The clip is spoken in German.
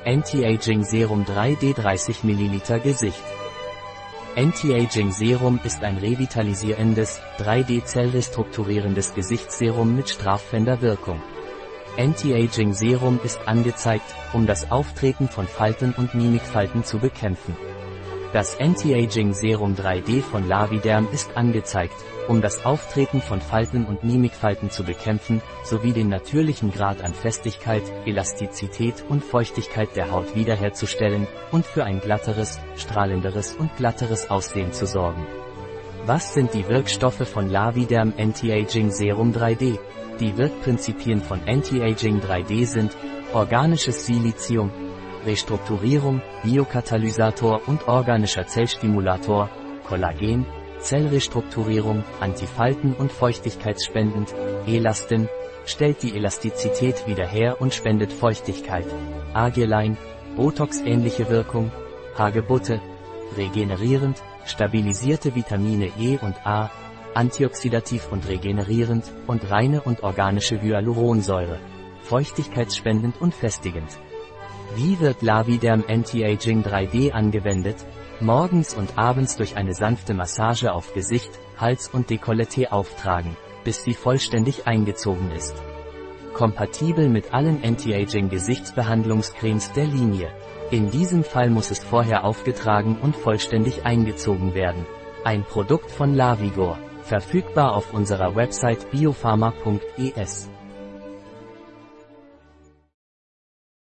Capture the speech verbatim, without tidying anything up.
Anti-Aging Serum drei D dreißig Milliliter Gesicht. Anti-Aging Serum ist ein revitalisierendes, drei D zellrestrukturierendes Gesichtsserum mit straffender Wirkung. Anti-Aging Serum ist angezeigt, um das Auftreten von Falten und Mimikfalten zu bekämpfen. Das Anti-Aging Serum drei D von Laviderm ist angezeigt, um das Auftreten von Falten und Mimikfalten zu bekämpfen, sowie den natürlichen Grad an Festigkeit, Elastizität und Feuchtigkeit der Haut wiederherzustellen und für ein glatteres, strahlenderes und glatteres Aussehen zu sorgen. Was sind die Wirkstoffe von Laviderm Anti-Aging Serum drei D? Die Wirkprinzipien von Anti-Aging drei D sind: organisches Silizium, Restrukturierung, Biokatalysator und organischer Zellstimulator, Kollagen, Zellrestrukturierung, Antifalten- und feuchtigkeitsspendend, Elastin, stellt die Elastizität wieder her und spendet Feuchtigkeit, Argiline, Botox-ähnliche Wirkung, Hagebutte, regenerierend, stabilisierte Vitamine E und A, antioxidativ und regenerierend, und reine und organische Hyaluronsäure, feuchtigkeitsspendend und festigend. Wie wird Laviderm Anti-Aging drei D angewendet? Morgens und abends durch eine sanfte Massage auf Gesicht, Hals und Dekolleté auftragen, bis sie vollständig eingezogen ist. Kompatibel mit allen Anti-Aging Gesichtsbehandlungscremes der Linie. In diesem Fall muss es vorher aufgetragen und vollständig eingezogen werden. Ein Produkt von Lavigor, verfügbar auf unserer Website biopharma punkt es.